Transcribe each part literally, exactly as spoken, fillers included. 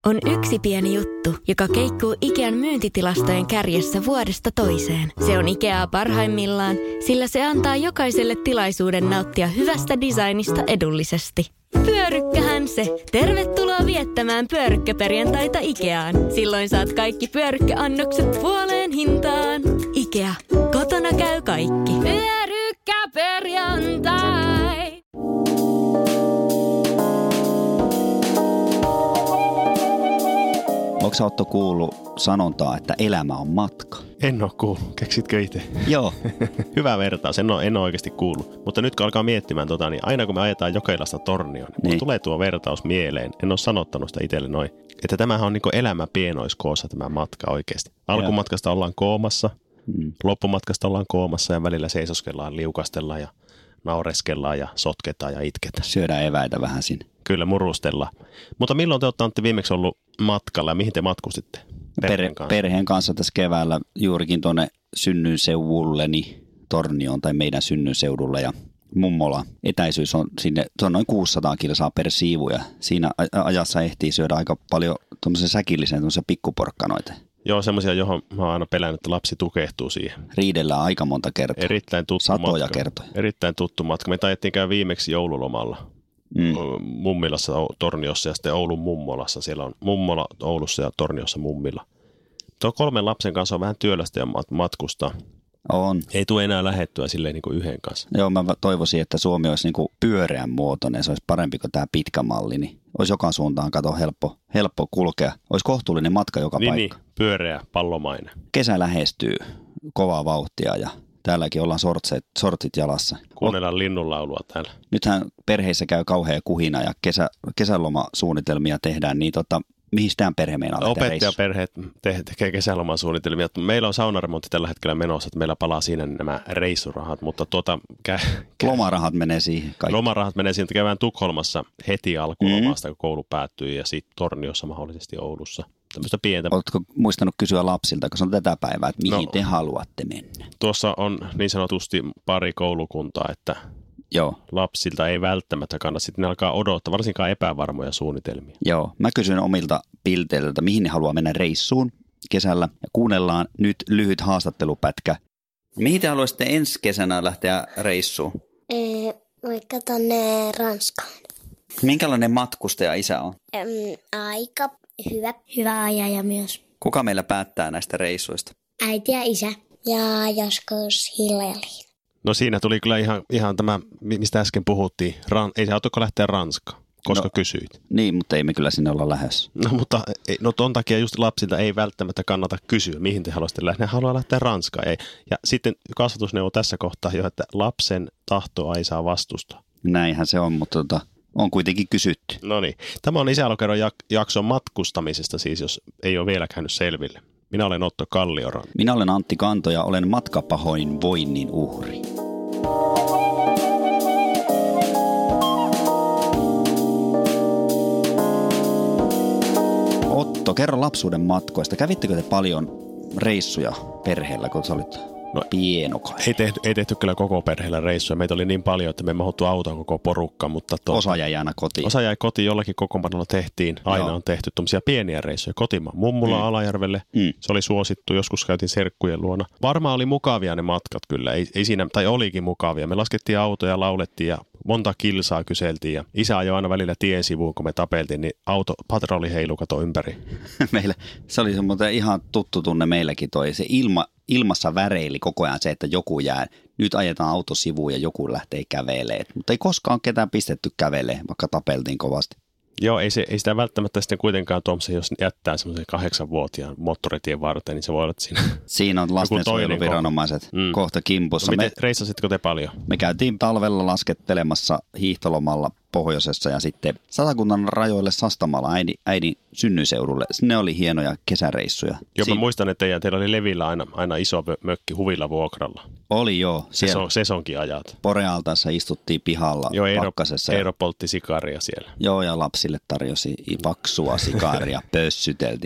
on yksi pieni juttu, joka keikkuu Ikean myyntitilastojen kärjessä vuodesta toiseen. Se on Ikeaa parhaimmillaan, sillä se antaa jokaiselle tilaisuuden nauttia hyvästä designista edullisesti. Pyörykkähän se! Tervetuloa viettämään pyörykkäperjantaita Ikeaan. Silloin saat kaikki pyörykkäannokset puoleen hintaan. Ikea. Kotona käy kaikki. Pyörykkäperjantai! Onko sä Otto kuullut sanontaa, että elämä on matka? En ole kuullut. Keksitkö itse? Joo. Hyvä vertaus. En ole, en ole oikeasti kuullut. Mutta nyt kun alkaa miettimään, tota, niin aina kun me ajetaan Jokeilasta Tornioon, niin, niin tulee tuo vertaus mieleen. En ole sanottanut sitä itselle noin. Että tämähän on niin kuin elämä pienoiskoossa tämä matka oikeasti. Alkumatkasta ollaan koomassa, hmm. loppumatkasta ollaan koomassa ja välillä seisoskellaan, liukastellaan ja naureskellaan ja sotketaan ja itketään. Syödään eväitä vähän sinne. Kyllä, murustellaan. Mutta milloin te olette viimeksi ollut matkalla ja mihin te matkustitte? Perheen kanssa. Perheen kanssa tässä keväällä juurikin tuonne synnyinseudulleni Tornioon tai meidän synnynseudulle ja mummola. Etäisyys on sinne, se on noin kuusisataa kilsaa per siivu ja siinä ajassa ehtii syödä aika paljon tuommoisen säkillisen tuommoisen pikkuporkkanoita. Joo, semmoisia, johon mä oon aina pelännyt, että lapsi tukehtuu siihen. Riidellään aika monta kertaa. Erittäin tuttu Satoja matka. kertoja. Erittäin tuttu matka. Me taidettiin käydä viimeksi joululomalla. Mm. Mummilassa, Torniossa ja sitten Oulun mummolassa. Siellä on mummola Oulussa ja Torniossa mummilla. Tuo kolmen lapsen kanssa on vähän työlästä ja matkustaa. On. Ei tule enää lähettyä silleen niin kuin yhden kanssa. Joo, mä toivoisin, että Suomi olisi niin kuin pyöreän muotoinen. Se olisi parempi kuin tämä pitkä malli. Niin olisi joka suuntaan, kato, helppo, helppo kulkea. Olisi kohtuullinen matka joka niin, paikka. Niin, pyöreä, pallomainen. Kesä lähestyy kovaa vauhtia ja täälläkin ollaan sortset, sortit jalassa. Kuunnellaan linnunlaulua täällä. Nythän perheissä käy kauhea kuhina ja kesä, kesälomasuunnitelmia tehdaan, niin tota, mihin tämän perhe meinaa lähteä reissuun? Opettajaperheet te- tekee kesälomasuunnitelmia. Meillä on saunaremontti tällä hetkellä menossa, että meillä palaa siinä nämä reissurahat, mutta tuota... Kä- kä- lomarahat menee siihen kaikki. Lomarahat menee siihen, että käydään Tukholmassa heti alkulomasta, mm. kun koulu päättyy ja sitten Torniossa mahdollisesti Oulussa. Tämmöistä pientä. Oletko muistanut kysyä lapsilta, kun se on tätä päivää, että mihin no, te haluatte mennä? Tuossa on niin sanotusti pari koulukuntaa, että Joo. lapsilta ei välttämättä kannata. Sitten ne alkaa odottaa, varsinkaan epävarmoja suunnitelmia. Joo, mä kysyn omilta pilteiltä, mihin ne haluaa mennä reissuun kesällä. Ja kuunnellaan nyt lyhyt haastattelupätkä. Mihin te haluaisitte ensi kesänä lähteä reissuun? Ee, vaikka tonne Ranskaan. Minkälainen matkustaja isä on? Öm, aika hyvä. Hyvä ajaja myös. Kuka meillä päättää näistä reissuista? Äiti ja isä. Ja joskus Hilla ja Liina. No siinä tuli kyllä ihan, ihan tämä, mistä äsken puhuttiin. Ran, ei se autoko lähteä Ranskaan, koska no, kysyit. Niin, mutta ei me kyllä sinne olla lähdössä. No mutta no ton takia just lapsilta ei välttämättä kannata kysyä, mihin te haluaisitte lähteä. Ne haluaa lähteä Ranskaan. Ei. Ja sitten kasvatusneuvo tässä kohtaa jo, että lapsen tahtoa ei saa vastustaa. Näinhän se on, mutta tota, on kuitenkin kysytty. No niin. Tämä on Isäalokerron jak- jakson matkustamisesta siis, jos ei ole vielä käynyt selville. Minä olen Otto Kallioranne. Minä olen Antti Kanto ja olen matkapahoinvoinnin uhri. Otto, kerro lapsuuden matkoista. Kävittekö te paljon reissuja perheellä, kun sä olit no, pienokainen? Ei tehty, ei tehty kyllä koko perheellä reissuja. Meitä oli niin paljon, että me mahuttu autoon koko porukka. Mutta tuota, osa jäi aina kotiin. Osa jäi kotiin, jollakin kokoonpanolla tehtiin. Aina Joo. on tehty tuommoisia pieniä reissuja kotimaan. Mummulla mm. Alajärvelle. Mm. Se oli suosittu. Joskus käytiin serkkujen luona. Varmaan oli mukavia ne matkat kyllä. Ei, ei siinä, tai olikin mukavia. Me laskettiin autoja, laulettiin ja monta kilsaa kyseltiin. Ja isä ajoi aina välillä tien sivuun, kun me tapeltiin, niin auto, patrolli heilu kato ympäri. Meillä, se oli semmoinen ihan tuttu tunne meilläkin toi. Se ilma, ilmassa väreili koko ajan se, että joku jää. Nyt ajetaan auto sivuun ja joku lähtee kävelemään. Mutta ei koskaan ketään pistetty kävelemään, vaikka tapeltiin kovasti. Joo, ei, se, ei sitä välttämättä sitten kuitenkaan tuommoisen, jos jättää semmoisen kahdeksanvuotiaan moottoritien varten, niin se voi olla, että siinä... Siinä on lastensuojeluviranomaiset mm. kohta kimpussa. No, miten, me, reissasitteko te paljon? Me käytiin talvella laskettelemassa hiihtolomalla pohjoisessa ja sitten Satakunnan rajoille Sastamalla äidin, äidin synnyinseudulle. Ne oli hienoja kesäreissuja. Joo, Siin... mä muistan, että teillä oli Levillä aina, aina iso mökki huvilla vuokralla. Oli joo. Siellä... Sesonkin ajat. Porealtaassa istuttiin pihalla joo, Eero, pakkasessa. Eero poltti sikaria siellä. Joo, ja lapsille tarjosi paksua sikaria, pössyteltiin.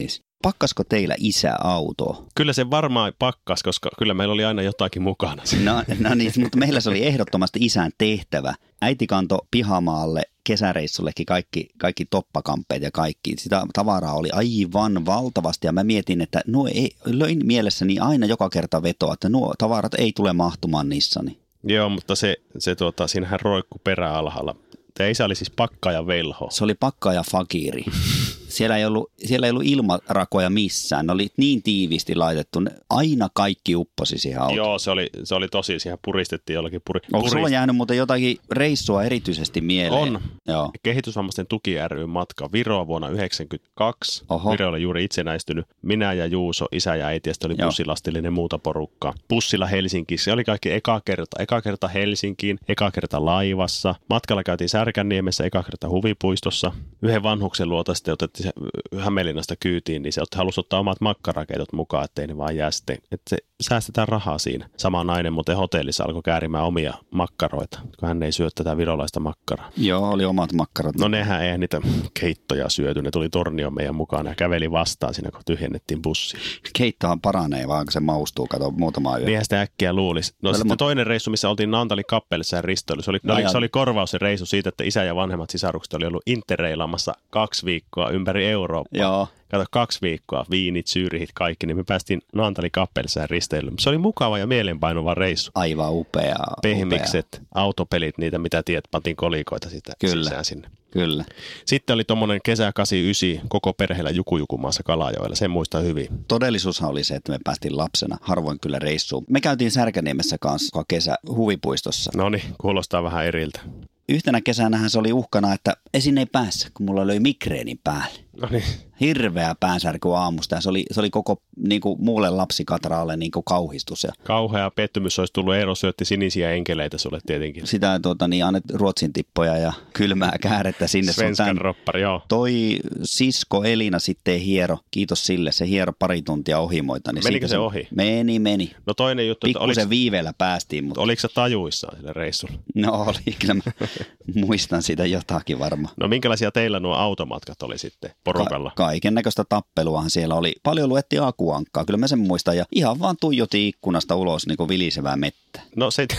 pakkasko teillä isä autoa? Kyllä se varmaan pakkas, koska kyllä meillä oli aina jotakin mukana. No, no niin, mutta meillä se oli ehdottomasti isän tehtävä. Äiti kantoi pihamaalle kesäreissullekin kaikki, kaikki toppakamppeet ja kaikki. Sitä tavaraa oli aivan valtavasti ja mä mietin, että nuo ei, löin mielessäni aina joka kerta vetoa, että nuo tavarat ei tule mahtumaan Nissani. Joo, mutta se, se tuota, siinähän roikku peräalhaalla. Tämä isä oli siis pakkaaja velho. Se oli pakkaaja fakiri. Siellä ei ollut, siellä ei ollut ilmarakoja missään. Ne oli niin tiiviisti laitettu. Aina kaikki upposi siihen autoon. Joo, se oli, se oli tosi. Siihen puristettiin jollakin. Puri, Onko sulla jäänyt muuten jotakin reissua erityisesti mieleen? On. Joo. Kehitysvammaisten tuki ry matka Viroa vuonna yhdeksänkymmentäkaksi. Oho. Viro oli juuri itsenäistynyt. Minä ja Juuso, isä ja äiti, ja sitten oli Joo. bussilastillinen muuta porukkaa. Bussilla Helsinkiin. Se oli kaikki eka kerta. Eka kerta Helsinkiin, eka kerta laivassa. Matkalla käytiin Särkänniemessä, eka kerta huvipuistossa. Yhden vanhuksen luota sitten otettiin se Hämeenlinnasta kyytiin, niin se halusi ottaa omat makkarakeitot mukaan, ettei ne vaan jää sitten, että se säästetään rahaa siinä. Sama nainen muuten hotellissa alkoi käärimään omia makkaroita, kun hän ei syö tätä virolaista makkaraa. Joo, oli omat makkarat. No nehän eihän niitä keittoja syöty, ne tuli Tornion meidän mukana ja käveli vastaan siinä, kun tyhjennettiin bussia. Keittohan paranee, vaan kun se maustuu, kato muutama yö. Niinhän sitä äkkiä luulisi. No Tällä sitten mu- toinen reissu, missä oltiin Naantalin kappelissa ja ristoilu, se oli, no, oli, se oli korvaus se reissu siitä, että isä ja vanhemmat sisarukset oli ollut interreilaamassa kaksi viikkoa ympäri Eurooppaa. Joo. Kato, kaksi viikkoa, viinit, syyrihit, kaikki, niin me päästiin Naantalin kappelissa ja risteilyyn. Se oli mukava ja mielenpainuva reissu. Aivan upea. Pehmikset, upea. autopelit, niitä mitä tiedät, pantiin kolikoita sitä Kyllä. sisään sinne. Kyllä. Sitten oli tommonen kesä kahdeksankymmentäyhdeksän koko perheellä Jukujukumaassa Kalajoella, sen muistaa hyvin. Todellisuushan oli se, että me päästiin lapsena harvoin kyllä reissuun. Me käytiin Särkäniemessä kanssa koko kesä huvipuistossa. No niin, kuulostaa vähän eriltä. Yhtenä kesänähän se oli uhkana, että esin ei päässä, kun mulla löi migreenin päälle. No niin. Hirveä päänsärky aamusta ja se oli, se oli koko niin kuin muulle lapsikatraalle niin kuin kauhistus. Ja Kauhea pettymys olisi tullut, Eero syötti sinisiä enkeleitä sulle tietenkin. sitä tuota, niin annet ruotsin tippoja ja kylmää käärettä sinne. Svenskan roppari, joo. Toi sisko Elina sitten hiero, kiitos sille, se hiero pari tuntia ohimoita. Niin Menikö siitä se ohi? Meni, meni. No toinen juttu, että Pikkusen oliko, viiveellä päästiin, mutta oliko sä tajuissaan sille reissulla? no oli, kyllä mä muistan sitä jotakin varmaan. No minkälaisia teillä nuo automatkat oli sitten porukalla? Ka- kaiken näköistä tappeluahan siellä oli. Paljon luettiin akuankkaa, kyllä mä sen muistan. Ja ihan vaan tuijotin ikkunasta ulos niin kuin vilisevää mettä. No sit,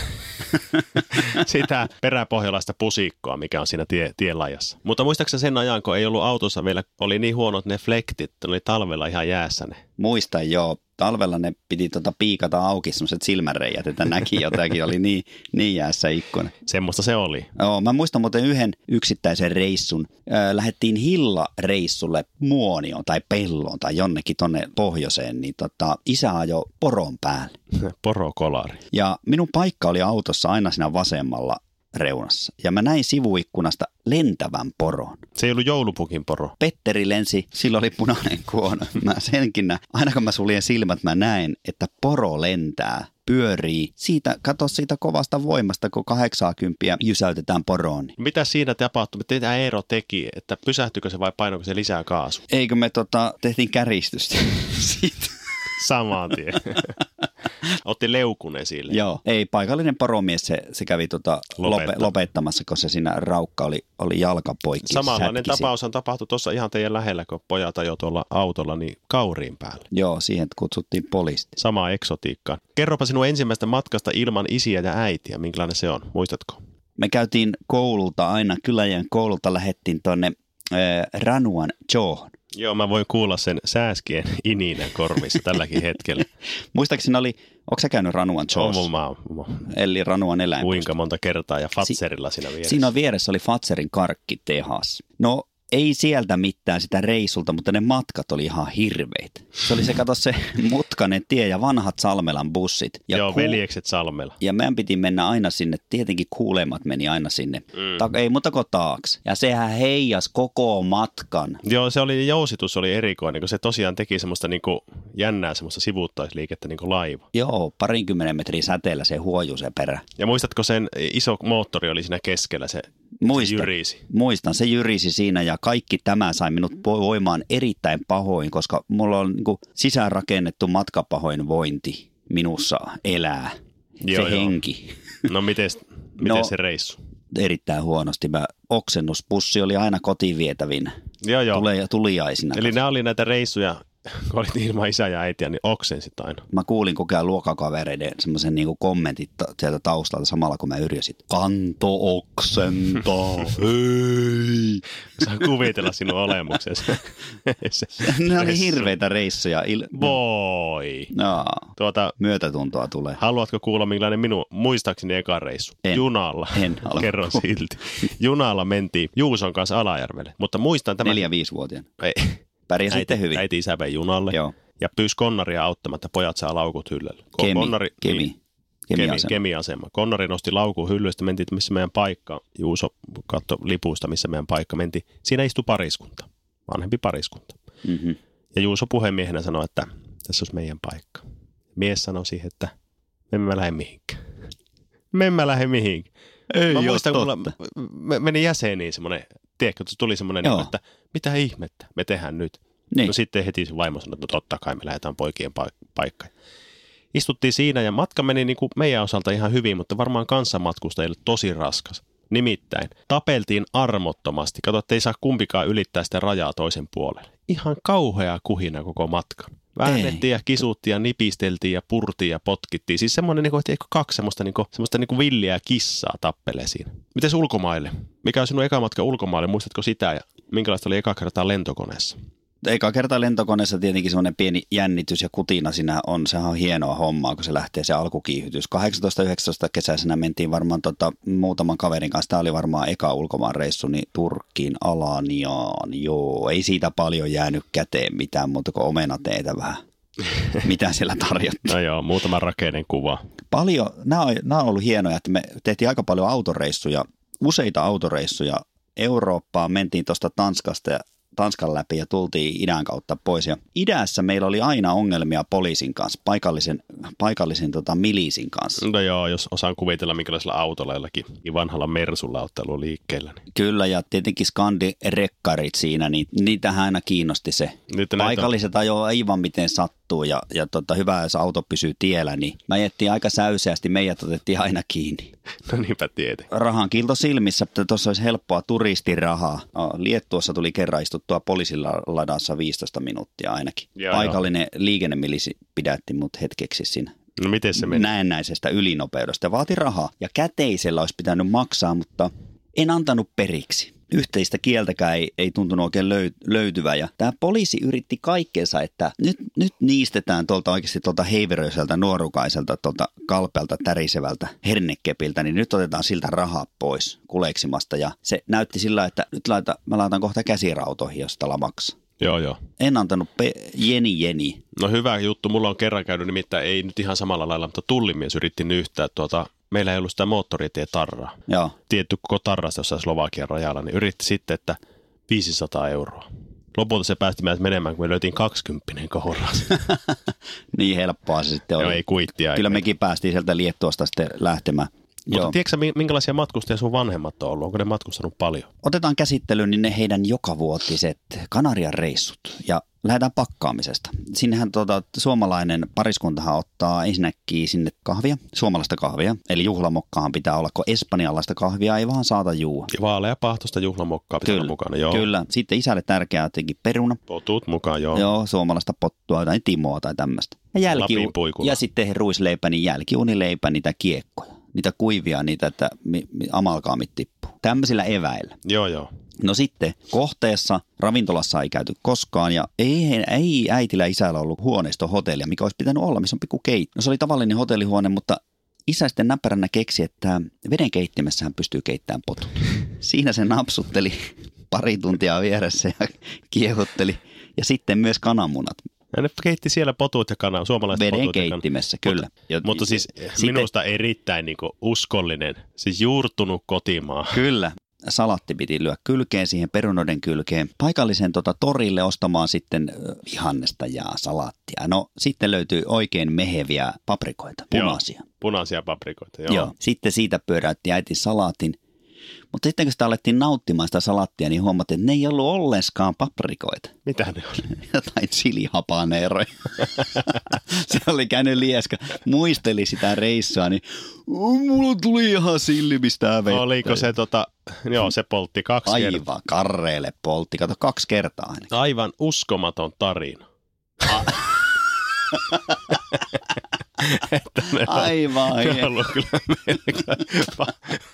sitä peräpohjalaista pusikkoa, mikä on siinä tie, tienlaajassa. Mutta muistaakseni sen ajan, kun ei ollut autossa vielä, oli niin huonot ne flektit, että ne oli talvella ihan jäässä ne. Muistan joo. Talvella ne piti tota piikata auki semmoiset silmänreijät, että näki jotakin, oli niin, niin jäässä ikkuna. Semmoista se oli. Joo, mä muistan muuten yhden yksittäisen reissun. Äh, lähdettiin Hilla-reissulle Muonioon tai Pelloon tai jonnekin tonne pohjoiseen, niin tota, isä ajoi poron päälle. Porokolari. Ja minun paikka oli autossa aina siinä vasemmalla reunassa. Ja mä näin sivuikkunasta lentävän poron. Se ei ollut joulupukin poro. Petteri lensi, sillä oli punainen kuono. Mä senkin näin. Aina kun mä suljen silmät, mä näen, että poro lentää, pyörii. Siitä, kato siitä kovasta voimasta, kun kahdeksankymmentä jysäytetään poroon. Mitä siinä tapahtui? Mitä Eero teki? Että pysähtyykö se vai painoiko se lisää kaasu? Eikö me tota, tehtiin käristystä siitä? Samaan tien. Otti leukun esille. Joo, ei paikallinen poromies, se, se kävi tota lope, lopettamassa, kun se siinä raukka oli, oli jalka poikki. Samanlainen tapaushan tapahtui tuossa ihan teidän lähellä, kun pojat ajoi tuolla autolla niin kauriin päällä. Joo, siihen kutsuttiin poliisti. Samaa eksotiikkaa. Kerropa sinun ensimmäistä matkasta ilman isiä ja äitiä, minkälainen se on, muistatko? Me käytiin koululta aina, Kyläjän koululta lähdettiin tuonne äh, Ranuan Johon. Joo, mä voin kuulla sen sääskien ininän korvissa tälläkin hetkellä. Muistaakseni oli, onko sä käynyt Ranuan Johs? On, mä, mä. Eli Ranuan eläin. Kuinka monta kertaa ja Fatserilla siinä vieressä. Siinä vieressä oli Fatserin karkkitehas. No ei sieltä mitään sitä reissulta, mutta ne matkat oli ihan hirveitä. Se oli se, kato se mutkainen tie ja vanhat Salmelan bussit. Ja Joo, ku- veljekset Salmela. Ja meidän piti mennä aina sinne, tietenkin kuulemat meni aina sinne, Mm. Ta- ei mutta taakse. Ja sehän heijas koko matkan. Joo, se oli, jousitus oli erikoinen, kun se tosiaan teki semmoista niinku jännää semmoista sivuuttaisliikettä niin kuin laiva. Joo, parinkymmenen metrin säteellä se huojui se perä. Ja muistatko sen iso moottori oli siinä keskellä, se, Muistan, se jyrisi? Muistan, se jyrisi siinä ja kaikki tämä sai minut voimaan erittäin pahoin, koska mulla on niin kuin sisäänrakennettu matkapahoinvointi minussa elää. Joo, se joo. henki. No mites, miten No, se reissu? Erittäin huonosti. Mä, oksennuspussi oli aina kotiin vietävinä. Joo, joo. Tulee ja tuliaisina. Eli nämä oli näitä reissuja, kun olit ilman isää ja äitiä, niin oksensit aina. Mä kuulin koko ajan luokkakavereiden semmoisen niinku kommentit sieltä taustalta samalla, kun mä yrjösin. Kanto oksentaa, hei! Saan kuvitella sinun olemuksesi. Ne oli hirveitä reissuja. Il- Voi! No, tuota, myötätuntoa tulee. Haluatko kuulla, millainen minun, muistaakseni eka reissu? En. Junalla. En halua. Kerron silti. Junalla mentiin Juuson kanssa Alajärvelle, mutta muistan tämän. Neljä-viisivuotiaana. Ei. Pärjäsitte hyvin. Äiti isä vei junalle. Joo. Ja pyysi konnaria auttamaan, että pojat saa laukut hyllylle. Kemi, Konnari, kemi, niin, kemi-asema. Kemi-asema. Konnari nosti laukun hyllystä, mentiin, missä meidän paikka. Juuso katsoi lipusta, missä meidän paikka mentiin. Siinä istui pariskunta, vanhempi pariskunta. Mm-hmm. Ja Juuso puhemiehenä sanoi, että tässä olisi meidän paikka. Mies sanoi siihen, että me emme lähde mihinkään. Me emme lähde mihinkään. Ei Mä ole muistan, kun totta. mulla meni jäseniin semmoinen, tiedätkö, tuli semmoinen, niin, että mitä ihmettä me tehdään nyt. Niin. No sitten heti se vaimo sanoi, että no totta kai me lähdetään poikien paik- paikkaan. Istuttiin siinä ja matka meni niin kuin meidän osalta ihan hyvin, mutta varmaan kanssamatkustajille tosi raskas. Nimittäin tapeltiin armottomasti. Kato, että ei saa kumpikaan ylittää sitä rajaa toisen puolelle. Ihan kauhea kuhina koko matkan. Väännettiin ja kisuttiin ja nipisteltiin ja purtiin ja potkittiin. Siis semmoinen, niin kuin, että eikö kaksi semmoista, niin kuin, semmoista niin kuin villiä kissaa tappelee siinä. Mites ulkomaille? Mikä on sinun eka matka ulkomaille? Muistatko sitä ja minkälaista oli eka kertaa lentokoneessa? Eka kerta lentokoneessa tietenkin semmoinen pieni jännitys ja kutina siinä on. Sehän on hienoa hommaa, kun se lähtee se alkukiihytys. kahdeksantoista yhdeksäntoista kesäisenä mentiin varmaan tota, muutaman kaverin kanssa. Tämä oli varmaan eka ulkomaan reissu, niin Turkkiin, Alaniaan. Joo, ei siitä paljon jäänyt käteen mitään muuta kuin omenateitä vähän. Mitä siellä tarjottiin. No joo, muutama rakeinen kuva. Paljon, nämä on, nämä on ollut hienoja, että me tehtiin aika paljon autoreissuja, useita autoreissuja Eurooppaan. Mentiin tuosta Tanskasta ja Tanskan läpi ja tultiin idän kautta pois. Ja idässä meillä oli aina ongelmia poliisin kanssa, paikallisen, paikallisen tota, miliisin kanssa. No joo, jos osaan kuvitella, minkälaisella autolla jollakin vanhalla Mersulla olette ollut liikkeellä. Niin. Kyllä, ja tietenkin Skandi-rekkarit siinä, niin niitähän aina kiinnosti se. Nyt paikalliset ajoi aivan miten sattuu, ja, ja tota, hyvä, jos auto pysyy tiellä, niin mä jättiin aika säyseästi, meidät otettiin aina kiinni. No niinpä tietenkin. Rahan kilto silmissä, että tuossa olisi helppoa turistirahaa. Liettuossa tuli kerran istuttua poliisilla ladassa viisitoista minuuttia ainakin. Ja paikallinen jo. Liikennemilisi pidätti mut hetkeksi siinä. No miten se meni? Näennäisestä ylinopeudesta. Vaati rahaa ja käteisellä olisi pitänyt maksaa, mutta en antanut periksi. Yhteistä kieltäkään ei, ei tuntunut oikein löy- löytyvän ja tämä poliisi yritti kaikkeensa, että nyt, nyt niistetään tuolta oikeasti tuolta heiveröiseltä, nuorukaiselta, tuolta kalpealta, tärisevältä hernekepiltä, niin nyt otetaan siltä rahaa pois kuleksimasta ja se näytti sillä, että nyt laita, mä laitan kohta käsirautoihin, jos tällä maksaa. Joo, joo. En antanut pe- jeni jeni. No hyvä juttu, mulla on kerran käynyt, nimittäin ei nyt ihan samalla lailla, mutta tullimies yritti nyhtää tuota, meillä ei ollut sitä moottoritietarraa. Joo. Tietty koko tarrasta jossain Slovakian rajalla, niin yritti sitten, että viisisataa euroa. Lopulta se päästi meidät menemään, kun me löytiin kaksikymppinen kohdassa. Niin helppoa se sitten oli. Joo, ei kuittia. Kyllä ei mekin päästiin sieltä Liettuasta sitten lähtemään. Mutta joo. Tiedätkö minkälaisia matkustajia sun vanhemmat on ollut? Onko ne matkustanut paljon? Otetaan käsittelyyn niin ne heidän jokavuotiset Kanarian reissut ja lähdetään pakkaamisesta. Sinnehän tuota, suomalainen pariskuntahan ottaa ensinnäkin sinne kahvia, suomalaista kahvia. Eli juhlamokkahan pitää olla, kun espanjalaista kahvia ei vaan saata juua. Ja vaalea pahtoista juhlamokkaa pitää olla mukana, joo. Kyllä. Sitten isälle tärkeää jotenkin peruna. Potut mukaan, joo. Joo, suomalaista pottua tai timoa tai tämmöistä. Ja, jälkiu- ja sitten ruisleipä, niin jälkiunileipä, niitä kiekkoja. Niitä kuivia, niitä, että mi- mi- amalgaamit tippuu. Tämmöisillä eväillä. Joo, joo. No sitten kohteessa, ravintolassa ei käyty koskaan ja ei, ei äitillä isällä ollut huoneisto hotellia, mikä olisi pitänyt olla, missä on pikku keitto. No se oli tavallinen hotellihuone, mutta isä sitten näppäränä keksi, että veden keittimessähän pystyy keittämään potut. Siinä se napsutteli pari tuntia vieressä ja kiehutteli ja sitten myös kananmunat. Ja ne keitti siellä potut ja kanaa, suomalaiset veden potut ja keittimessä, kyllä. Mutta, ja, mutta siis sitten, minusta erittäin niin kuin uskollinen, siis juurtunut kotimaa. Kyllä. Salatti piti lyödä kylkeen siihen perunoiden kylkeen. Paikallisen tota, torille ostamaan sitten vihannesta ja salaattia. No sitten löytyy oikein meheviä paprikoita, punaisia. Joo, punaisia paprikoita, joo. joo. Sitten siitä pyöräytti äiti salaatin. Mutta sitten kun sitä alettiin nauttimaan sitä salattia, niin huomattiin, että ne ei ollut olleskaan paprikoita. Mitä ne oli? Jotain chilihabaneroja. Se oli käynyt lieska. Muisteli sitä reissua, niin mulla tuli ihan silmistä vettä. Oliko se tota, joo se poltti kaksi Aivan kertaa. karreelle poltti, kato kaksi kertaa ainakin. Aivan uskomaton tarina. että ne on, aivan. ne on ollut kyllä melkein.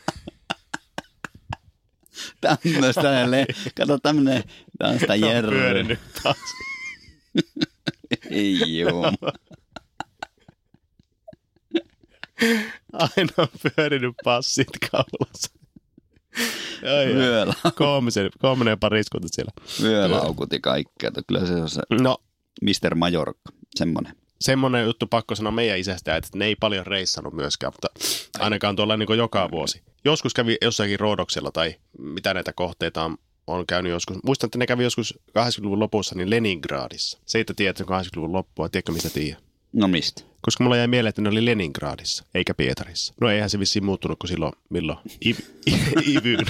Tämmöistä, kato tämmöinen, tämmöistä järryä. On pyörinyt taas. Ei juu. Aina on pyörinyt passit kaulassa. Vyölaukutti. Koominen pariskunta siellä. Vyölaukutti kaikkea. Kyllä se on se no, mister Majorkka, semmoinen. Semmoinen juttu pakko sanoa meidän isästä, että ne ei paljon reissannut myöskään, mutta ainakaan tuolla niin kuin joka vuosi. Joskus kävi jossakin Roodoksella tai mitä näitä kohteita on, on käynyt joskus. Muistan, että ne kävi joskus kahdeksankymmentäluvun lopussa niin Leningradissa. Se ei tiedä, että kahdeksankymmentäluvun loppua. Tiedätkö, mistä tiedä? No mistä? Koska mulla jäi mieleen, että ne oli Leningradissa, eikä Pietarissa. No eihän se vissiin muuttunut kuin silloin, milloin? I- I- Ivyyn.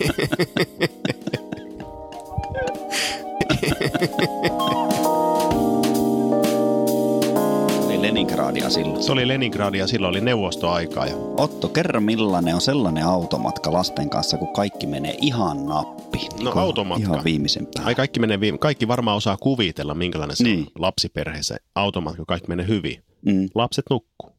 Leningradia silloin. Se oli Leningradia, silloin oli neuvostoaikaa. Ja... Otto, kerro millainen on sellainen automatka lasten kanssa, kun kaikki menee ihan nappiin. Niin no automatka. Ihan viimeisen päälle. Ai kaikki, menee viime... kaikki varmaan osaa kuvitella, minkälainen se niin. on lapsiperheessä automatka, kun kaikki menee hyvin. Mm. Lapset nukkuu.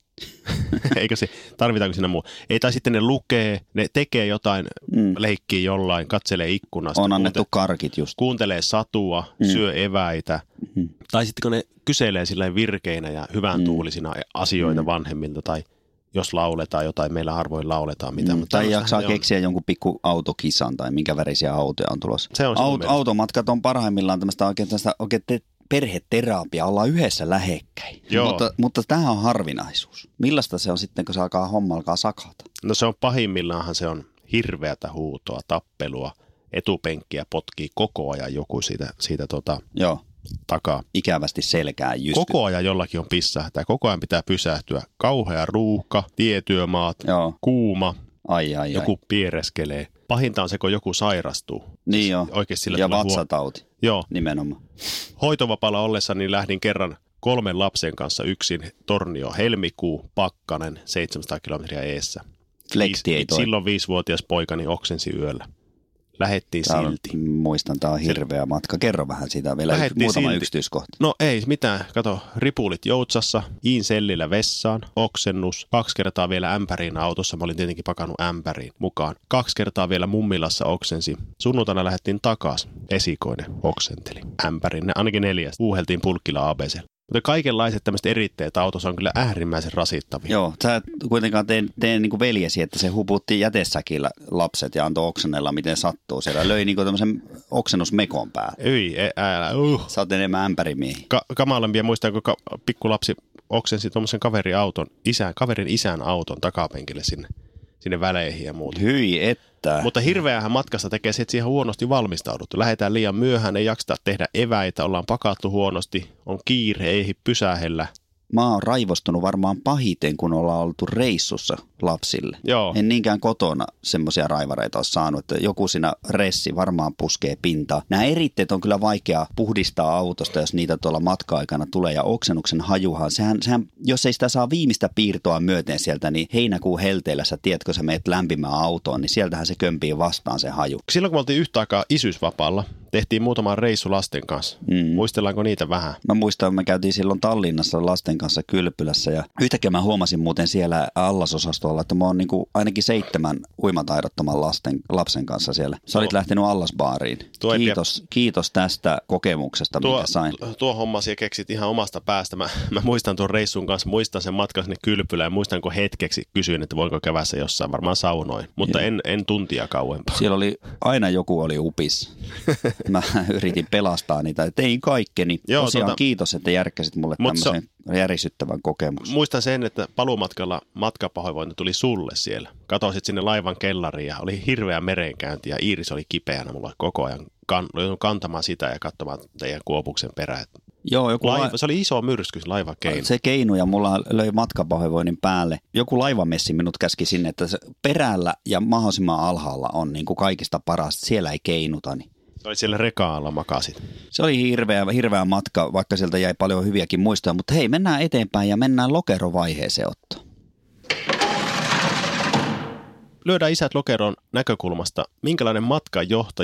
Eikö se, tarvitaanko siinä muu? Ei, tai sitten ne lukee, ne tekee jotain, mm. leikkii jollain, katselee ikkunasta. On annettu kuunte- karkit just. Kuuntelee satua, mm. syö eväitä. Mm. Tai sitten kun ne kyselee silleen virkeinä ja hyvän mm. tuulisina asioita mm. vanhemmilta tai jos lauletaan jotain, meillä harvoin lauletaan mitään. Mm. Mutta tai jaksaa keksiä jonkun pikku autokisan tai minkä värisiä autoja on tulossa. Se on Aut- automatkat on parhaimmillaan tämmöistä oikein, tämmöistä oikein te- perheterapia, ollaan yhdessä lähekkäin. Mutta, mutta tämä on harvinaisuus. Millaista se on sitten, kun se alkaa homma alkaa sakata? No se on pahimmillaan se on hirveätä huutoa, tappelua, etupenkkiä potkii koko ajan joku siitä, siitä tota, Joo. takaa. Ikävästi selkää jysky. Koko ajan jollakin on pissähtää, koko ajan pitää pysähtyä. Kauhea ruuhka, tietyömaat, Joo. kuuma, ai, ai, joku ai. piereskelee. Pahinta on se, kun joku sairastuu. Niin joo, sillä ja vatsatauti huo... Joo. nimenomaan. Hoitovapaalla ollessa niin lähdin kerran kolmen lapsen kanssa yksin Tornio helmikuu, pakkanen, seitsemänsataa kilometriä eessä. Flekti ei toi. Silloin viisivuotias poikani oksensi yöllä. Lähettiin tää silti. On, muistan, tämä on hirveä matka. Kerro vähän siitä vielä Lähettiin muutama silti. Yksityiskohta. No ei mitään. Kato, ripulit joutsassa, iin sellillä vessaan, oksennus, kaksi kertaa vielä ämpäriin autossa. Mä olin tietenkin pakannut ämpäriin mukaan. Kaksi kertaa vielä mummilassa oksensi. Sunnuntaina lähdettiin takas. Esikoinen oksenteli. Ämpärin, ainakin neljästä. Uuheltiin pulkkilla A B C. Mutta kaikenlaiset tämmöiset eritteet autossa on kyllä äärimmäisen rasittavia. Joo, sä et kuitenkaan tee, tee niin kuin veljesi, että se huputti jätesäkillä lapset ja antoi oksennella miten sattuu. Siellä löi niin kuin tämmöisen oksennusmekon päälle. Ei, älä, uh. Sä oot enemmän ämpärimiehiä. Ka- kamalempia muistaa, kun ka- pikkulapsi oksensi tuommoisen kaverin auton, isän, kaverin isän auton takapenkille sinne, sinne väleihin ja muuta. Hyi että. Mutta hirveähän matkasta tekee se, että siihen huonosti valmistauduttu. Lähdetään liian myöhään, ei jakseta tehdä eväitä, ollaan pakattu huonosti, on kiire, ei pysähellä. Mä oon raivostunut varmaan pahiten, kun ollaan oltu reissussa lapsille. Joo. En niinkään kotona semmoisia raivareita ole saanut, että joku siinä ressi varmaan puskee pintaa. Nämä eritteet on kyllä vaikea puhdistaa autosta, jos niitä tuolla matka-aikana tulee. Ja oksennuksen hajuhan, sehän, sehän, jos ei sitä saa viimeistä piirtoa myöten sieltä, niin heinäkuun helteellä sä tiedät, kun sä meet lämpimään autoon, niin sieltähän se kömpii vastaan se haju. Silloin kun me oltiin yhtä aikaa isyysvapaalla, tehtiin muutama reissu lasten kanssa. Mm. Muistellaanko niitä vähän? Mä muistan, että me käytiin silloin Tallinnassa lasten kanssa Kylpylässä ja yhtäkkiä mä huomasin muuten siellä allasosastolla, että mä oon niin kuin ainakin seitsemän uimataidottoman lasten, lapsen kanssa siellä. Sä olit lähtenyt allasbaariin. Kiitos, kiitos tästä kokemuksesta, tuo, minkä sain. Tuo homma siellä keksit ihan omasta päästä. Mä, mä muistan tuon reissun kanssa, muistan sen matkan sinne Kylpylään ja muistan, kun hetkeksi kysyin, että voinko kävässä jossain, varmaan saunoin, mutta en, en tuntia kauempaa. Siellä oli, aina joku oli upis. Mä yritin pelastaa niitä, tein kaikkeni. Joo, Tosiaan tota, kiitos, että järkkäsit mulle tämmöisen järisyttävän kokemuksen. Muistan sen, että paluumatkalla matkapahoinvointi tuli sulle siellä. Katosit sinne laivan kellariin ja oli hirveä merenkäynti ja Iiris oli kipeänä mulla koko ajan. Kan, joudun kantamaan sitä ja katsomaan teidän kuopuksen perään. Joo, joku laiva, la... Se oli iso myrsky, se laiva keinu. Se keinu ja mulla löi matkapahoinvoinnin päälle. Joku laivamessi minut käski sinne, että se perällä ja mahdollisimman alhaalla on niin kuin kaikista parasta. Siellä ei keinuta. Niin. Se oli siellä reka-alla makasit. Se oli hirveä, hirveä matka, vaikka sieltä jäi paljon hyviäkin muistoja. Mutta hei, mennään eteenpäin ja mennään lokerovaiheeseen Otto. Lyödään isät lokeron näkökulmasta. Minkälainen matkanjohtaja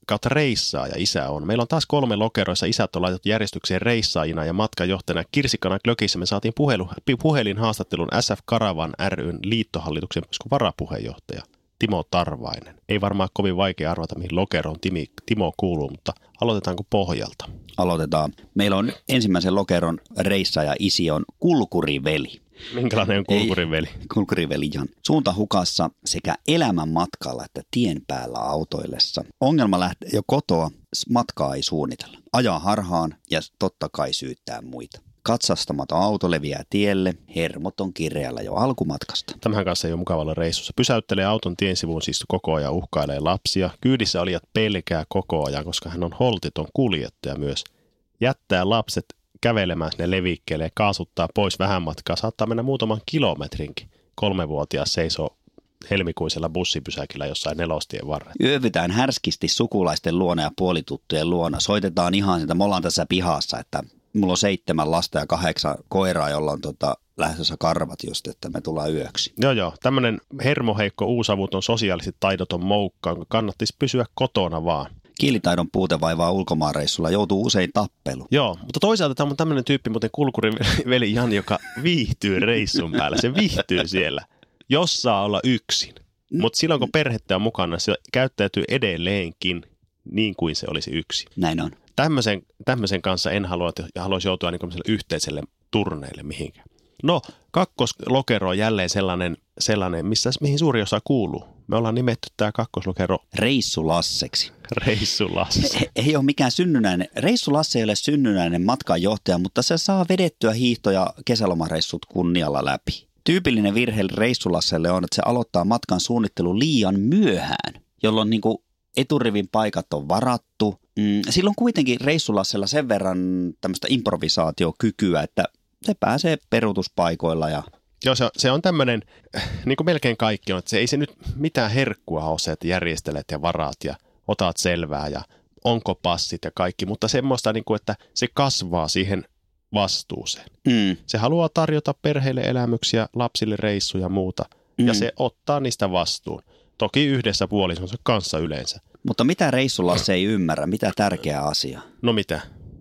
kautta reissaaja isä on. Meillä on taas kolme lokeroissa. Isät on laitettu järjestykseen reissaajina ja matkanjohtajana. Kirsikkana glökissä me saatiin puhelu, puhelinhaastattelun S F Caravan ry:n liittohallituksen varapuheenjohtaja Timo Tarvainen. Ei varmaan kovin vaikea arvata, mihin lokeroon Timi, Timo kuuluu, mutta aloitetaanko pohjalta? Aloitetaan. Meillä on ensimmäisen lokeron reissaaja isi on kulkuriveli. Minkälainen on kulkuriveli? Ei, kulkuriveli Jan. Suunta hukassa sekä elämän matkalla että tien päällä autoillessa. Ongelma lähtee jo kotoa, matkaa ei suunnitella. Ajaa harhaan ja totta kai syyttää muita. Katsastamaton auto leviää tielle, hermot on kireällä jo alkumatkasta. Tämän kanssa ei ole mukavalla reissussa. Pysäyttelee auton tien sivuun siis koko ajan, uhkailee lapsia. Kyydissä olijat pelkää koko ajan, koska hän on holtiton kuljettaja myös. Jättää lapset kävelemään sinne levikkeelle ja kaasuttaa pois vähän matkaa. Saattaa mennä muutaman kilometrinkin. Kolmevuotias seisoo helmikuisella bussipysäkillä jossain nelostien varrella. Yövytään härskisti sukulaisten luona ja puolituttujen luona. Soitetaan ihan sitä, me ollaan tässä pihassa, että mulla on seitsemän lasta ja kahdeksan koiraa, jolla on tota, lähdössä karvat just, että me tullaan yöksi. Joo joo, tämmöinen hermoheikko, uusavuton, sosiaalisesti taidoton moukka, jonka kannattaisi pysyä kotona vaan. Kielitaidon puute vaivaa ulkomaanreissulla, joutuu usein tappeluun. Joo, mutta toisaalta tämä on tämmöinen tyyppi, muuten kulkuriveli Jan, joka viihtyy reissun päällä. Se viihtyy siellä, jos saa olla yksin. Mutta silloin kun perhettä on mukana, se käyttäytyy edelleenkin niin kuin se olisi yksin. Näin on. Tämmöisen, tämmöisen kanssa en halua, että haluaisi joutua niin yhteiselle turneille mihinkään. No, kakkoslokero on jälleen sellainen, sellainen missä, mihin suuri osa kuuluu. Me ollaan nimetty tämä kakkoslokero Reissulasseksi. Reissulasse. Ei, ei ole mikään synnynnäinen. Reissulasse ei ole synnynnäinen matkanjohtaja, mutta se saa vedettyä hiihto- ja kesälomareissut kunnialla läpi. Tyypillinen virhe Reissulasselle on, että se aloittaa matkan suunnittelu liian myöhään, jolloin niin kuin eturivin paikat on varattu. Mm, silloin kuitenkin Reissulassella sen verran tämmöistä improvisaatiokykyä, että se pääsee peruutuspaikoilla. Ja Joo, se, se on tämmöinen, niin kuin melkein kaikki on, että se ei se nyt mitään herkkua ole se, että järjestelet ja varaat ja otat selvää ja onko passit ja kaikki, mutta semmoista, niin kuin, että se kasvaa siihen vastuuseen. Mm. Se haluaa tarjota perheille elämyksiä, lapsille reissuja ja muuta, mm. ja se ottaa niistä vastuun. Toki yhdessä puolisonsa kanssa yleensä. Mutta mitä Reissulasse ei ymmärrä? Mitä tärkeä asia? No mitä?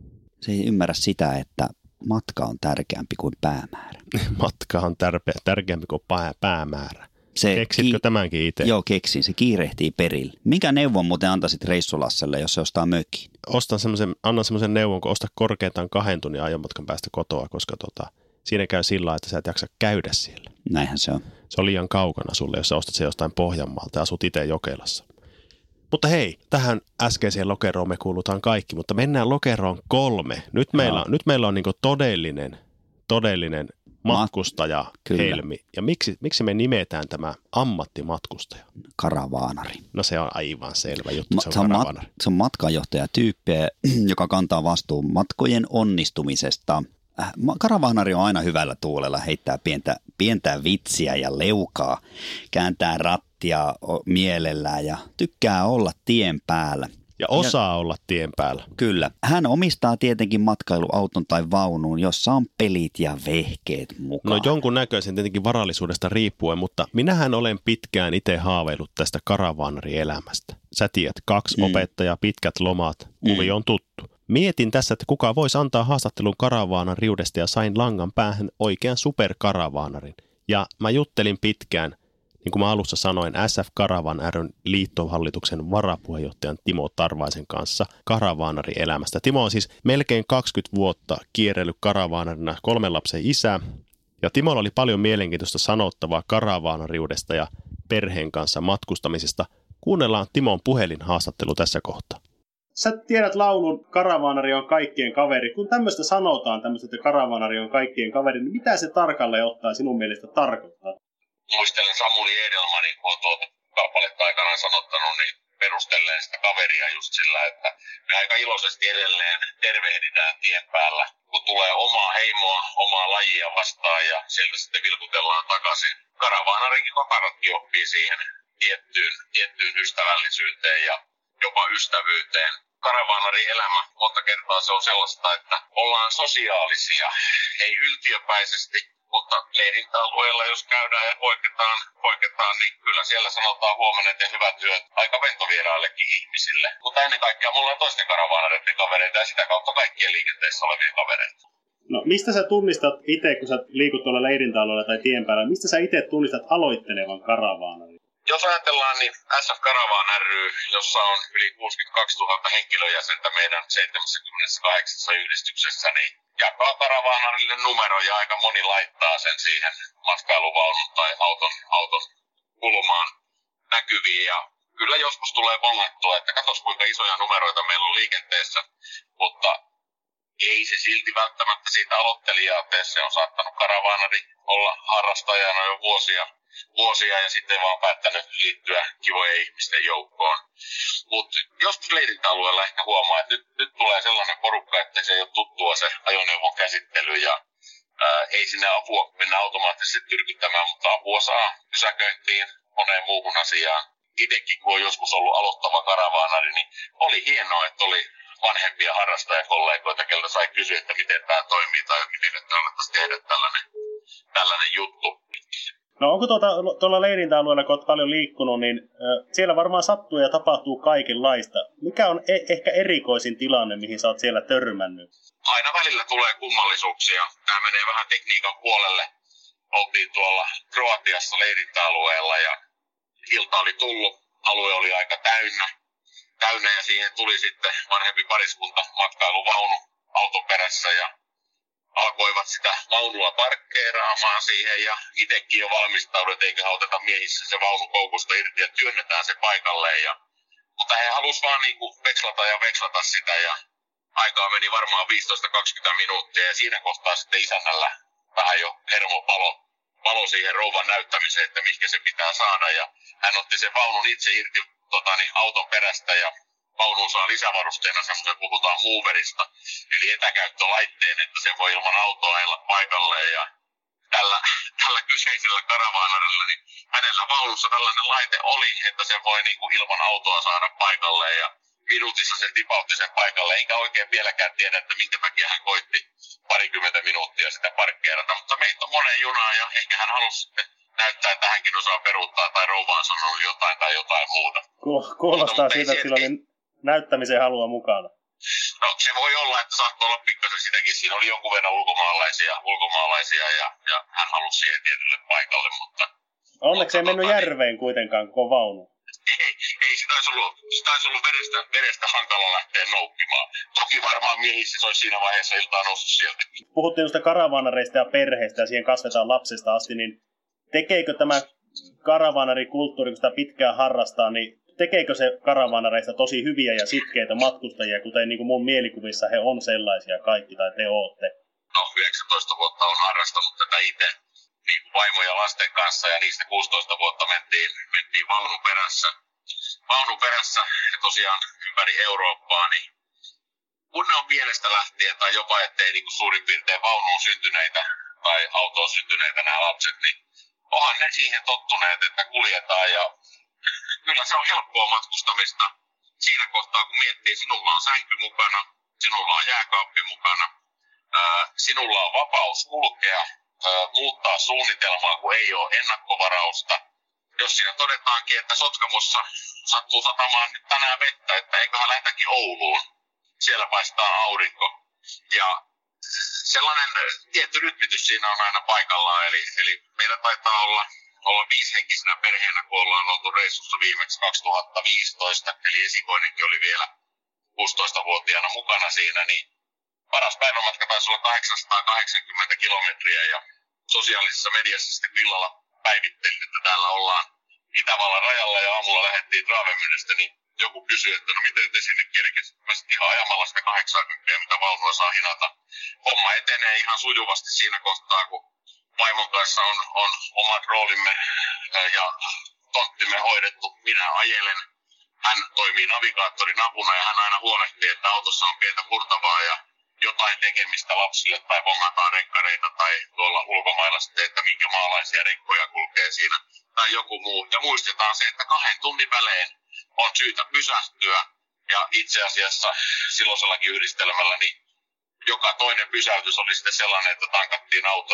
Se ei ymmärrä sitä, että matka on tärkeämpi kuin päämäärä. Matka on tärpe- tärkeämpi kuin pää- päämäärä. Se Keksitkö ki- tämänkin itse? Joo, keksin. Se kiirehtii perille. Minkä neuvon muuten antaisit Reissulasselle, jos se ostaa mökkiin? Ostan semmoisen, annan semmoisen neuvon, kun osta korkeintaan kahden tunnin ajomatkan päästä kotoa, koska tota, siinä käy sillä lailla, että sä et jaksa käydä siellä. Näinhän se on. Se on liian kaukana sulle, jos sä ostat se jostain Pohjanmaalta ja asut itse Jokelassa. Mutta hei, tähän äskeiseen lokeroon me kuulutaan kaikki, mutta mennään lokeroon kolme. Nyt meillä on, nyt meillä on niinku todellinen, todellinen matkustaja helmi. Ja miksi, miksi me nimetään tämä ammattimatkustaja? Karavaanari. No se on aivan selvä juttu, Ma- se on se on, karavaanari. mat- se on matkanjohtajatyyppi, joka kantaa vastuun matkojen onnistumisesta. Äh, karavaanari on aina hyvällä tuulella, heittää pientä, pientä vitsiä ja leukaa, kääntää rattia mielellään ja tykkää olla tien päällä. Ja osaa ja, olla tien päällä. Kyllä. Hän omistaa tietenkin matkailuauton tai vaunuun, jossa on pelit ja vehkeet mukaan. No jonkun näköisen tietenkin varallisuudesta riippuen, mutta minähän olen pitkään itse haaveillut tästä karavaanarielämästä. Sä tiedät, kaksi mm. opettajaa, pitkät lomat, kuvi on tuttu. Mietin tässä, että kuka voisi antaa haastattelun karavaanariudesta ja sain langan päähän oikean superkaravaanarin. Ja mä juttelin pitkään, niin kuin mä alussa sanoin, S F Caravan ry:n liittohallituksen varapuheenjohtajan Timo Tarvaisen kanssa karavaanarielämästä. Timo on siis melkein kaksikymmentä vuotta kierrellyt karavaanarina, kolmen lapsen isä. Ja Timolla oli paljon mielenkiintoista sanottavaa karavaanariudesta ja perheen kanssa matkustamisesta. Kuunnellaan Timon puhelinhaastattelu tässä kohtaa. Sä tiedät laulun Karavaanari on kaikkien kaveri. Kun tämmöistä sanotaan, tämmöistä, että Karavaanari on kaikkien kaveri, niin mitä se tarkalleen ottaa sinun mielestä tarkoittaa? Muistelen Samuli Edelmanin, kun on tuota kappaletta aikanaan sanottanut, niin perustellen sitä kaveria just sillä, että me aika iloisesti edelleen tervehditään tien päällä, kun tulee omaa heimoa, omaa lajia vastaan ja sieltä sitten vilkutellaan takaisin. Karavaanarinkin kakaratkin oppii siihen tiettyyn, tiettyyn ystävällisyyteen ja jopa ystävyyteen. Karavaanarielämä monta kertaa se on sellaista, että ollaan sosiaalisia, ei yltiöpäisesti, Mutta leirintäalueella, jos käydään ja poiketaan, poiketaan, niin kyllä siellä sanotaan huomenna ja hyvät työt aika ventovieraillekin ihmisille. Mutta ennen kaikkea mulla on toisten karavaanareiden kavereita ja sitä kautta kaikkien liikenteessä olevien kavereita. No mistä sä tunnistat itse, kun sä liikut tuolla leirintäalueella tai tien päällä, mistä sä itse tunnistat aloittelevan karavaanarin? Jos ajatellaan, niin S F Karavan ry, jossa on yli kuusikymmentäkaksituhatta henkilöjäsentä meidän seitsemänkymmentäkahdeksan yhdistyksessä, niin jakaa karavaanarille numero ja aika moni laittaa sen siihen matkailuvaunun tai auton, auton kulmaan näkyviin. Ja kyllä joskus tulee bongattua, että katos kuinka isoja numeroita meillä on liikenteessä, mutta ei se silti välttämättä siitä aloittelijaa tee. Se on saattanut karavaanari olla harrastajana jo vuosia. vuosia ja sitten vaan päättänyt liittyä kivojen ihmisten joukkoon. Mutta joskus leirintäalueella ehkä huomaa, että nyt, nyt tulee sellainen porukka, että se ei ole tuttua se ajoneuvon käsittely ja ää, ei sinne apua mennä automaattisesti tyrkyttämään, mutta apua saa pysäköintiin moneen muuhun asiaan. Itsekin kun on joskus ollut aloittava karavaanari, niin oli hienoa, että oli vanhempia harrastajakollegoita, keltä sai kysyä, että miten tämä toimii tai miten kannattaisi tehdä tällainen, tällainen juttu. No onko tuota, tuolla leirintäalueella, kun olet paljon liikkunut, niin äh, siellä varmaan sattuu ja tapahtuu kaikenlaista. Mikä on e- ehkä erikoisin tilanne, mihin sä oot siellä törmännyt? Aina välillä tulee kummallisuuksia. Tämä menee vähän tekniikan puolelle. Oltiin tuolla Kroatiassa leirintäalueella ja ilta oli tullut. Alue oli aika täynnä. Täynnä ja siihen tuli sitten vanhempi pariskunta matkailuvaunu auton perässä ja alkoivat sitä vaunua parkkeeraamaan siihen ja itsekin jo valmistaudut, eikä oteta miehissä se vaunu koukusta irti ja työnnetään se paikalleen. Ja, mutta he halusivat vaan niinku vekslata ja vekslata sitä ja aikaa meni varmaan viisitoista kaksikymmentä minuuttia ja siinä kohtaa sitten isännällä vähän jo hermo palo, palo siihen rouvan näyttämiseen, että mihinkä se pitää saada ja hän otti sen vaunun itse irti tota, niin, auton perästä ja vaunuun saa lisävarusteena semmoisen, puhutaan moverista, eli etäkäyttölaitteen, että se voi ilman autoa ajella paikalleen. Ja tällä, tällä kyseisellä karavaanarilla, niin hänellä vaunussa tällainen laite oli, että se voi niin kuin ilman autoa saada paikalleen. Ja minuutissa se tipautti sen paikalle, enkä oikein vieläkään tiedä, että minkä takia hän koitti parikymmentä minuuttia sitä parkkeerata. Mutta meitä on monen junaa ja ehkä hän halusi sitten näyttää, että hänkin osaa peruuttaa tai rouva on sanonut jotain tai jotain muuta. Kuulostaa siitä, että sillä oli näyttämisen halua mukana. No se voi olla, että saattoi olla pikkasen sitäkin. Siinä oli jonkun verran ulkomaalaisia, ulkomaalaisia ja, ja hän halusi siihen tietylle paikalle, mutta... Onneksi ei mennyt järveen kuitenkaan koko vaunu. Ei, ei sitä olisi ollut, sitä olisi ollut vedestä, vedestä hankala lähteä noukkimaan. Toki varmaan miehissä se olisi siinä vaiheessa iltaa noussut sieltäkin. Puhuttiin noista karavaanareista ja perheistä ja siihen kasvetaan lapsesta asti, niin tekeekö tämä karavaanarikulttuuri, kun sitä pitkään harrastaa, niin tekeekö se karavaanareista tosi hyviä ja sitkeitä matkustajia, kuten niin kuin mun mielikuvissa he on sellaisia kaikki, tai te ootte? No, yhdeksäntoista vuotta on harrastanut tätä itse niin kuin vaimo ja lasten kanssa, ja niistä kuusitoista vuotta mentiin, mentiin vaunun perässä. Vaunun perässä ja tosiaan ympäri Eurooppaa, niin kun ne on pienestä lähtien, tai jopa ettei niin kuin suurin piirtein vaunuun syntyneitä tai autoon syntyneitä nämä lapset, niin onhan ne siihen tottuneet, että kuljetaan, ja kyllä se on helppoa matkustamista siinä kohtaa, kun miettii, sinulla on sänky mukana, sinulla on jääkaappi mukana, ää, sinulla on vapaus kulkea, ää, muuttaa suunnitelmaa, kun ei ole ennakkovarausta. Jos siinä todetaankin, että Sotkamossa sattuu satamaan nyt tänään vettä, että eiköhän lähdetäkin Ouluun, siellä paistaa aurinko. Ja sellainen tietty rytmitys siinä on aina paikallaan, eli, eli meillä taitaa olla olla viisihenkisenä perheenä, kun ollaan oltu reissussa viimeksi kaksituhattaviisitoista, eli esikoinenkin oli vielä kuusitoistavuotiaana mukana siinä, niin paras päivämatka taisi olla kahdeksansataakahdeksankymmentä kilometriä, ja sosiaalisessa mediassa sitten illalla päivittelin, että täällä ollaan Itävallan rajalla, ja aamulla lähdettiin Travemündestä, niin joku kysyi, että no miten te sinne kerkesit? Mä sitten ihan ajamalla sitä kahdeksankymmentä, mitä vaunua saa hinata. Homma etenee ihan sujuvasti siinä kohtaa, kun vaimon kanssa on, on omat roolimme ja tonttimme hoidettu. Minä ajelen, hän toimii navigaattorin apuna ja hän aina huolehtii, että autossa on pientä purtavaa ja jotain tekemistä lapsille tai bongataan rekkareita tai tuolla ulkomailla sitten, että minkä maalaisia rekkoja kulkee siinä tai joku muu. Ja muistetaan se, että kahden tunnin välein on syytä pysähtyä ja itse asiassa silloisellakin yhdistelmällä niin joka toinen pysäytys oli sitten sellainen, että tankattiin auto ja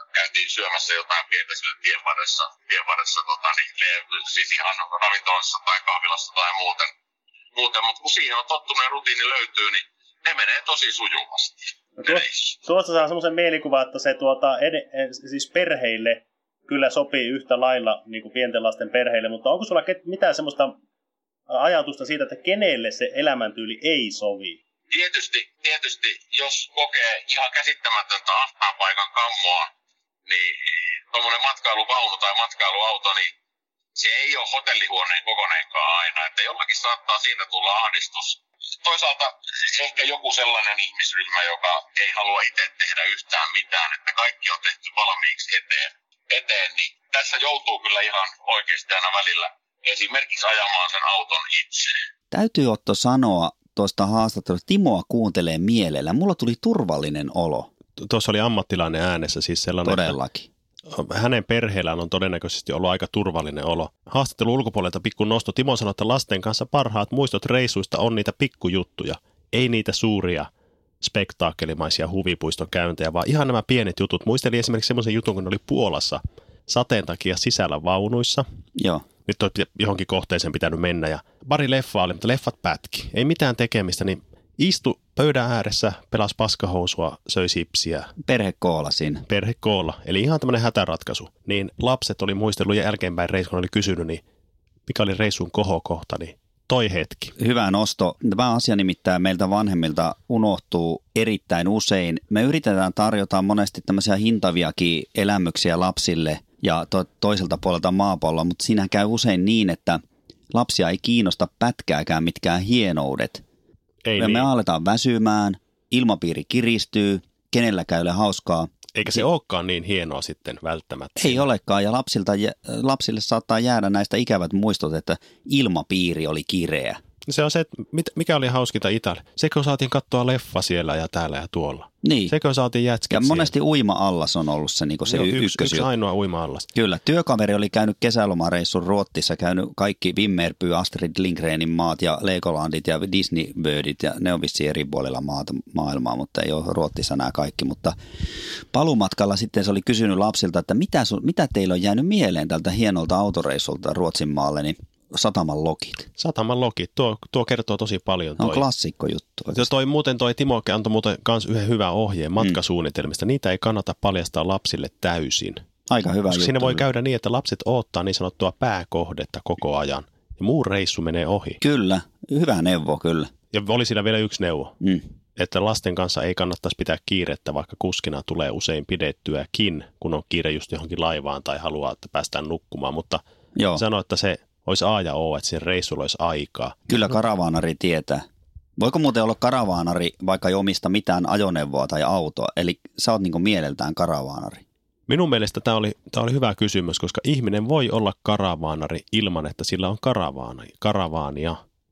käytiin syömässä jotain pientä sillä tien varressa, tien varressa tota, niin, siis ihan ravintolassa tai kahvilassa tai muuten. muuten. Mutta kun siihen on tottunut ja rutiini löytyy, niin ne menee tosi sujuvasti. No tuo, tuosta saa semmoisen mielikuvan, että se tuota, ed, siis perheille kyllä sopii yhtä lailla niin kuin pienten lasten perheille, mutta onko sulla mitään semmoista ajatusta siitä, että kenelle se elämäntyyli ei sovi? Tietysti, tietysti jos kokee ihan käsittämätöntä ahtaan paikan kammoa, niin tuommoinen matkailuvaunu tai matkailuauto, niin se ei ole hotellihuoneen kokoneenkaan aina, että jollakin saattaa siinä tulla ahdistus. Toisaalta ehkä joku sellainen ihmisryhmä, joka ei halua itse tehdä yhtään mitään, että kaikki on tehty valmiiksi eteen, eteen niin tässä joutuu kyllä ihan oikeasti aina välillä esimerkiksi ajamaan sen auton itse. Täytyy Otto sanoa tuosta haastattelusta, Timoa kuuntelee mielellä. Mulla tuli turvallinen olo. Tuossa oli ammattilainen äänessä siis sellainen. Todellakin. Hänen perheellään on todennäköisesti ollut aika turvallinen olo. Haastattelun ulkopuolelta pikku nosto. Timo sanoi, että lasten kanssa parhaat muistot reissuista on niitä pikkujuttuja. Ei niitä suuria spektaakkelimaisia huvipuistokäyntejä, vaan ihan nämä pienet jutut. Muistelin esimerkiksi semmoisen jutun, kun ne oli Puolassa sateen takia sisällä vaunuissa. Joo. Nyt on johonkin kohteeseen pitänyt mennä ja pari leffaa oli, mutta leffat pätki. Ei mitään tekemistä, niin istu pöydän ääressä, pelasi paskahousua, söi sipsiä. Perhekoola siinä. Perhekoola, eli ihan tämmöinen hätäratkaisu. Niin lapset oli muistellut ja jälkeenpäin reissun, kun oli kysynyt, niin mikä oli reissun kohokohta, niin toi hetki. Hyvä nosto. Tämä asia nimittäin meiltä vanhemmilta unohtuu erittäin usein. Me yritetään tarjota monesti tämmöisiä hintaviakin elämyksiä lapsille ja to- toiselta puolelta maapalloa, mutta siinä käy usein niin, että lapsia ei kiinnosta pätkääkään mitkään hienoudet. Ei me niin. aletaan väsymään, ilmapiiri kiristyy, kenelläkään ei ole hauskaa. Eikä se olekaan niin hienoa sitten välttämättä. Ei olekaan, ja lapsilta, lapsille saattaa jäädä näistä ikävät muistot, että ilmapiiri oli kireä. Se on se, että mikä oli hauskinta Italia. Sekö saatiin katsoa leffa siellä ja täällä ja tuolla. Niin. Sekö saatiin jätskät ja siellä. monesti uima-allas on ollut se, niin se Joo, y- yksi, ykkösjuttu. yksi ainoa uima-allas. Kyllä, työkaveri oli käynyt kesälomareissun Ruotsissa, käynyt kaikki Vimmerby, Astrid Lindgrenin maat ja Legolandit ja Disney Birdit, ja ne on vissiin eri puolilla maata, maailmaa, mutta ei ole Ruotsissa nämä kaikki. Mutta palumatkalla sitten se oli kysynyt lapsilta, että mitä, su- mitä teillä on jäänyt mieleen tältä hienolta autoreissulta Ruotsin maalle, niin Sataman lokit. Sataman lokit, tuo, tuo kertoo tosi paljon. Toi. On klassikko juttu. Ja toi, muuten toi Timo antoi muuten kans yhden hyvän ohjeen matkasuunnitelmista. Mm. Niitä ei kannata paljastaa lapsille täysin. Aika hyvä Koska juttu. siinä voi käydä niin, että lapset odottaa niin sanottua pääkohdetta koko ajan. Ja muu reissu menee ohi. Kyllä, hyvä neuvo kyllä. Ja oli siinä vielä yksi neuvo. Mm. Että lasten kanssa ei kannattaisi pitää kiirettä, vaikka kuskina tulee usein pidettyäkin, kun on kiire just johonkin laivaan tai haluaa, että päästään nukkumaan. Mutta sano, että se olisi A ja O, että sen reissulla olisi aikaa. Kyllä karavaanari tietää. Voiko muuten olla karavaanari, vaikka ei omista mitään ajoneuvoa tai autoa? Eli sä oot niinku mieleltään karavaanari. Minun mielestä tämä oli, tämä oli hyvä kysymys, koska ihminen voi olla karavaanari ilman, että sillä on karavaani, karavaania.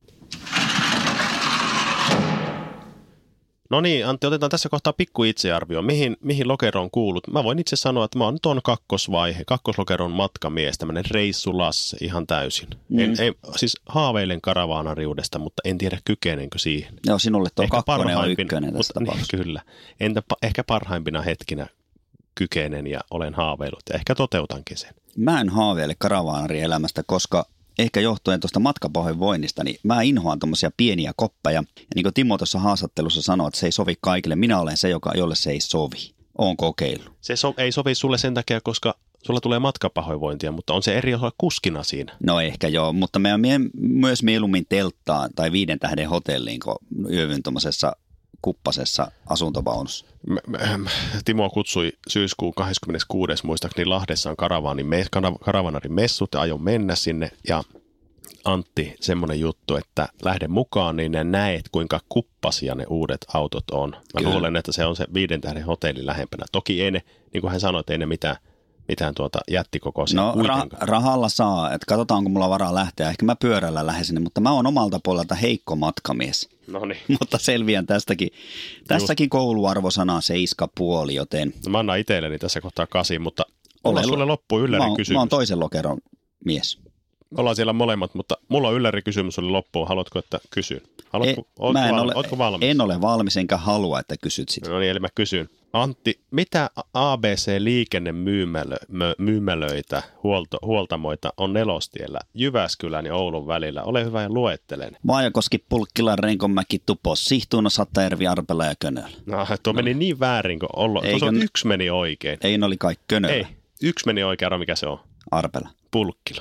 No niin, Antti, otetaan tässä kohtaa pikku itsearvio. Mihin, mihin lokeroon kuulut? Mä voin itse sanoa, että mä oon tuon kakkosvaihe, kakkoslokeron matkamies, tämmöinen reissulasse ihan täysin. Mm. En, en, siis haaveilen karavaanariudesta, mutta en tiedä kykenenkö siihen. Joo, sinulle tuo ehkä kakkonen on ykkönen tässä mutta, tapauksessa. Niin, kyllä. Entä ehkä parhaimpina hetkinä kykenen ja olen haaveillut ja ehkä toteutankin sen. Mä en haaveile karavaanarielämästä, koska ehkä johtuen tuosta matkapahoinvoinnista, niin mä inhoan tommosia pieniä koppeja. Ja niin kuin Timo tuossa haastattelussa sanoi, että se ei sovi kaikille. Minä olen se, joka, jolle se ei sovi. Oon kokeillut. Se so, ei sovi sulle sen takia, koska sulla tulee matkapahoinvointia, mutta on se eri osa kuskina siinä. No ehkä joo, mutta mä mien myös mieluummin telttaan tai viiden tähden hotelliin, kun yövyn tuommoisessa kuppasessa asuntovaunussa. Timo kutsui syyskuun kahdeskymmeneskuudes muistaakseni Lahdessa on karavaanin, karavanarin messut ja aion mennä sinne ja Antti, semmoinen juttu, että lähde mukaan, niin ne näet, kuinka kuppasia ne uudet autot on. Mä Kyllä. luulen, että se on se viiden tähden hotelli lähempänä. Toki ei ne, niin kuin hän sanoi, että ei ne mitään, mitään tuota jättikokoisia No ra- rahalla saa, että katsotaan, onko mulla varaa lähteä. Ehkä mä pyörällä lähden sinne, mutta mä oon omalta puolelta heikko matkamies. Noniin. Mutta selviän tästäkin. Tässäkin kouluarvosana seiska puoli, joten... No, mä annan itselleni tässä kohtaa kasi, mutta mulla sulle loppuu yllärin kysymys. Mä oon toisen lokeron mies. ollaan siellä molemmat, mutta mulla on ylläri-kysymys oli loppuun. Haluatko, että kysyn? Haluatko, Ei, ootko, mä en val, ole, ootko valmis? En ole valmis, enkä halua, että kysyt sitä. No niin, eli mä kysyn. Antti, mitä A B C-liikennemyymälöitä, huolto, huoltamoita on Nelostiellä Jyväskylän ja Oulun välillä? Ole hyvä ja luettelen. Vaajakoski, Pulkkila, Renkonmäki, Tupos, Sihtuuno, Sattajärvi, Arpela ja Könöllä. No, tuo no. meni niin väärin kuin olla. Tuossa on yksi meni oikein. Ei, ne oli kaikki Könöllä. Ei, yksi meni oikein. Arvo, mikä se on? Arpela. Pulkkila.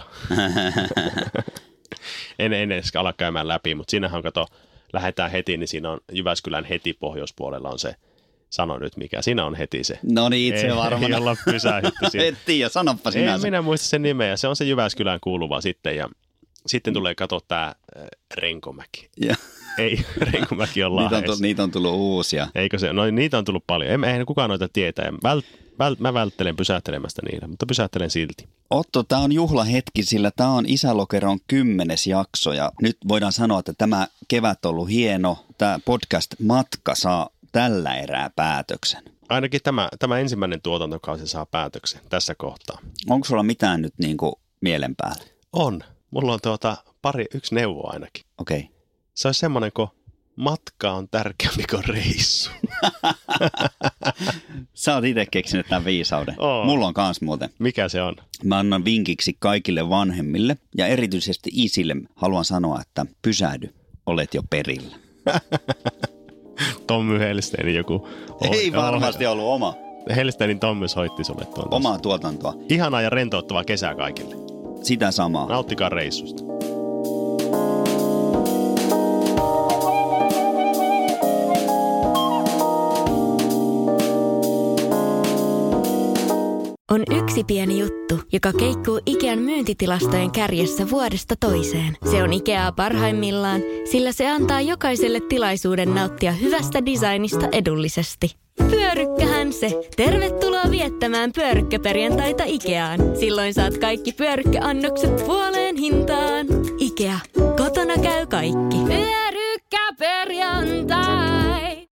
en, en edes ala käymään läpi, mutta siinähän kato, lähdetään heti, niin siinä on Jyväskylän heti pohjoispuolella on se. Sano nyt mikä. Siinä on heti se. No niin, itse varmaan. Ei olla pysähytty siinä. Et tiedä, sanoppa sinä. En minä muista sen nimeä. Se on se Jyväskylään kuuluva sitten. Ja sitten tulee katsoa tämä äh, Renkomäki. Ja. Ei, Renkomäki on Lahdessa. Niitä on, niitä on tullut uusia. Eikö se? No niitä on tullut paljon. En, eihän kukaan noita tietää. Vält, vält, mä välttelen pysähtelemästä niillä, mutta pysähtelen silti. Otto, tämä on juhlahetki, sillä tämä on Isälokeron kymmenes jakso. Ja nyt voidaan sanoa, että tämä kevät on ollut hieno. Tämä podcast-matka saa tällä erää päätöksen. Ainakin tämä, tämä ensimmäinen tuotantokausi saa päätöksen tässä kohtaa. Onko sulla mitään nyt niin kuin mielen päällä? On. Mulla on tuota pari, yksi neuvo ainakin. Okei. Okay. Se olisi semmoinen, kun matka on tärkeämpi kuin reissu. Sä oot itse keksinyt tämän viisauden. Oo. Mulla on kans muuten. Mikä se on? Mä annan vinkiksi kaikille vanhemmille ja erityisesti isille haluan sanoa, että pysähdy, olet jo perillä. Tommy Hellsteinin joku. Ei varmasti ollut oma. Hellsteinin Tommy soitti sulle tuon. Omaa tuotantoa. Ihanaa ja rentouttavaa kesää kaikille. Sitä samaa. Nauttikaa reissusta. On yksi pieni juttu, joka keikkuu Ikean myyntitilastojen kärjessä vuodesta toiseen. Se on Ikeaa parhaimmillaan, sillä se antaa jokaiselle tilaisuuden nauttia hyvästä designista edullisesti. Pyörykkähän se! Tervetuloa viettämään pyörykkäperjantaita Ikeaan. Silloin saat kaikki pyörykkäannokset puoleen hintaan. Ikea. Kotona käy kaikki. Pyörykkäperjantai!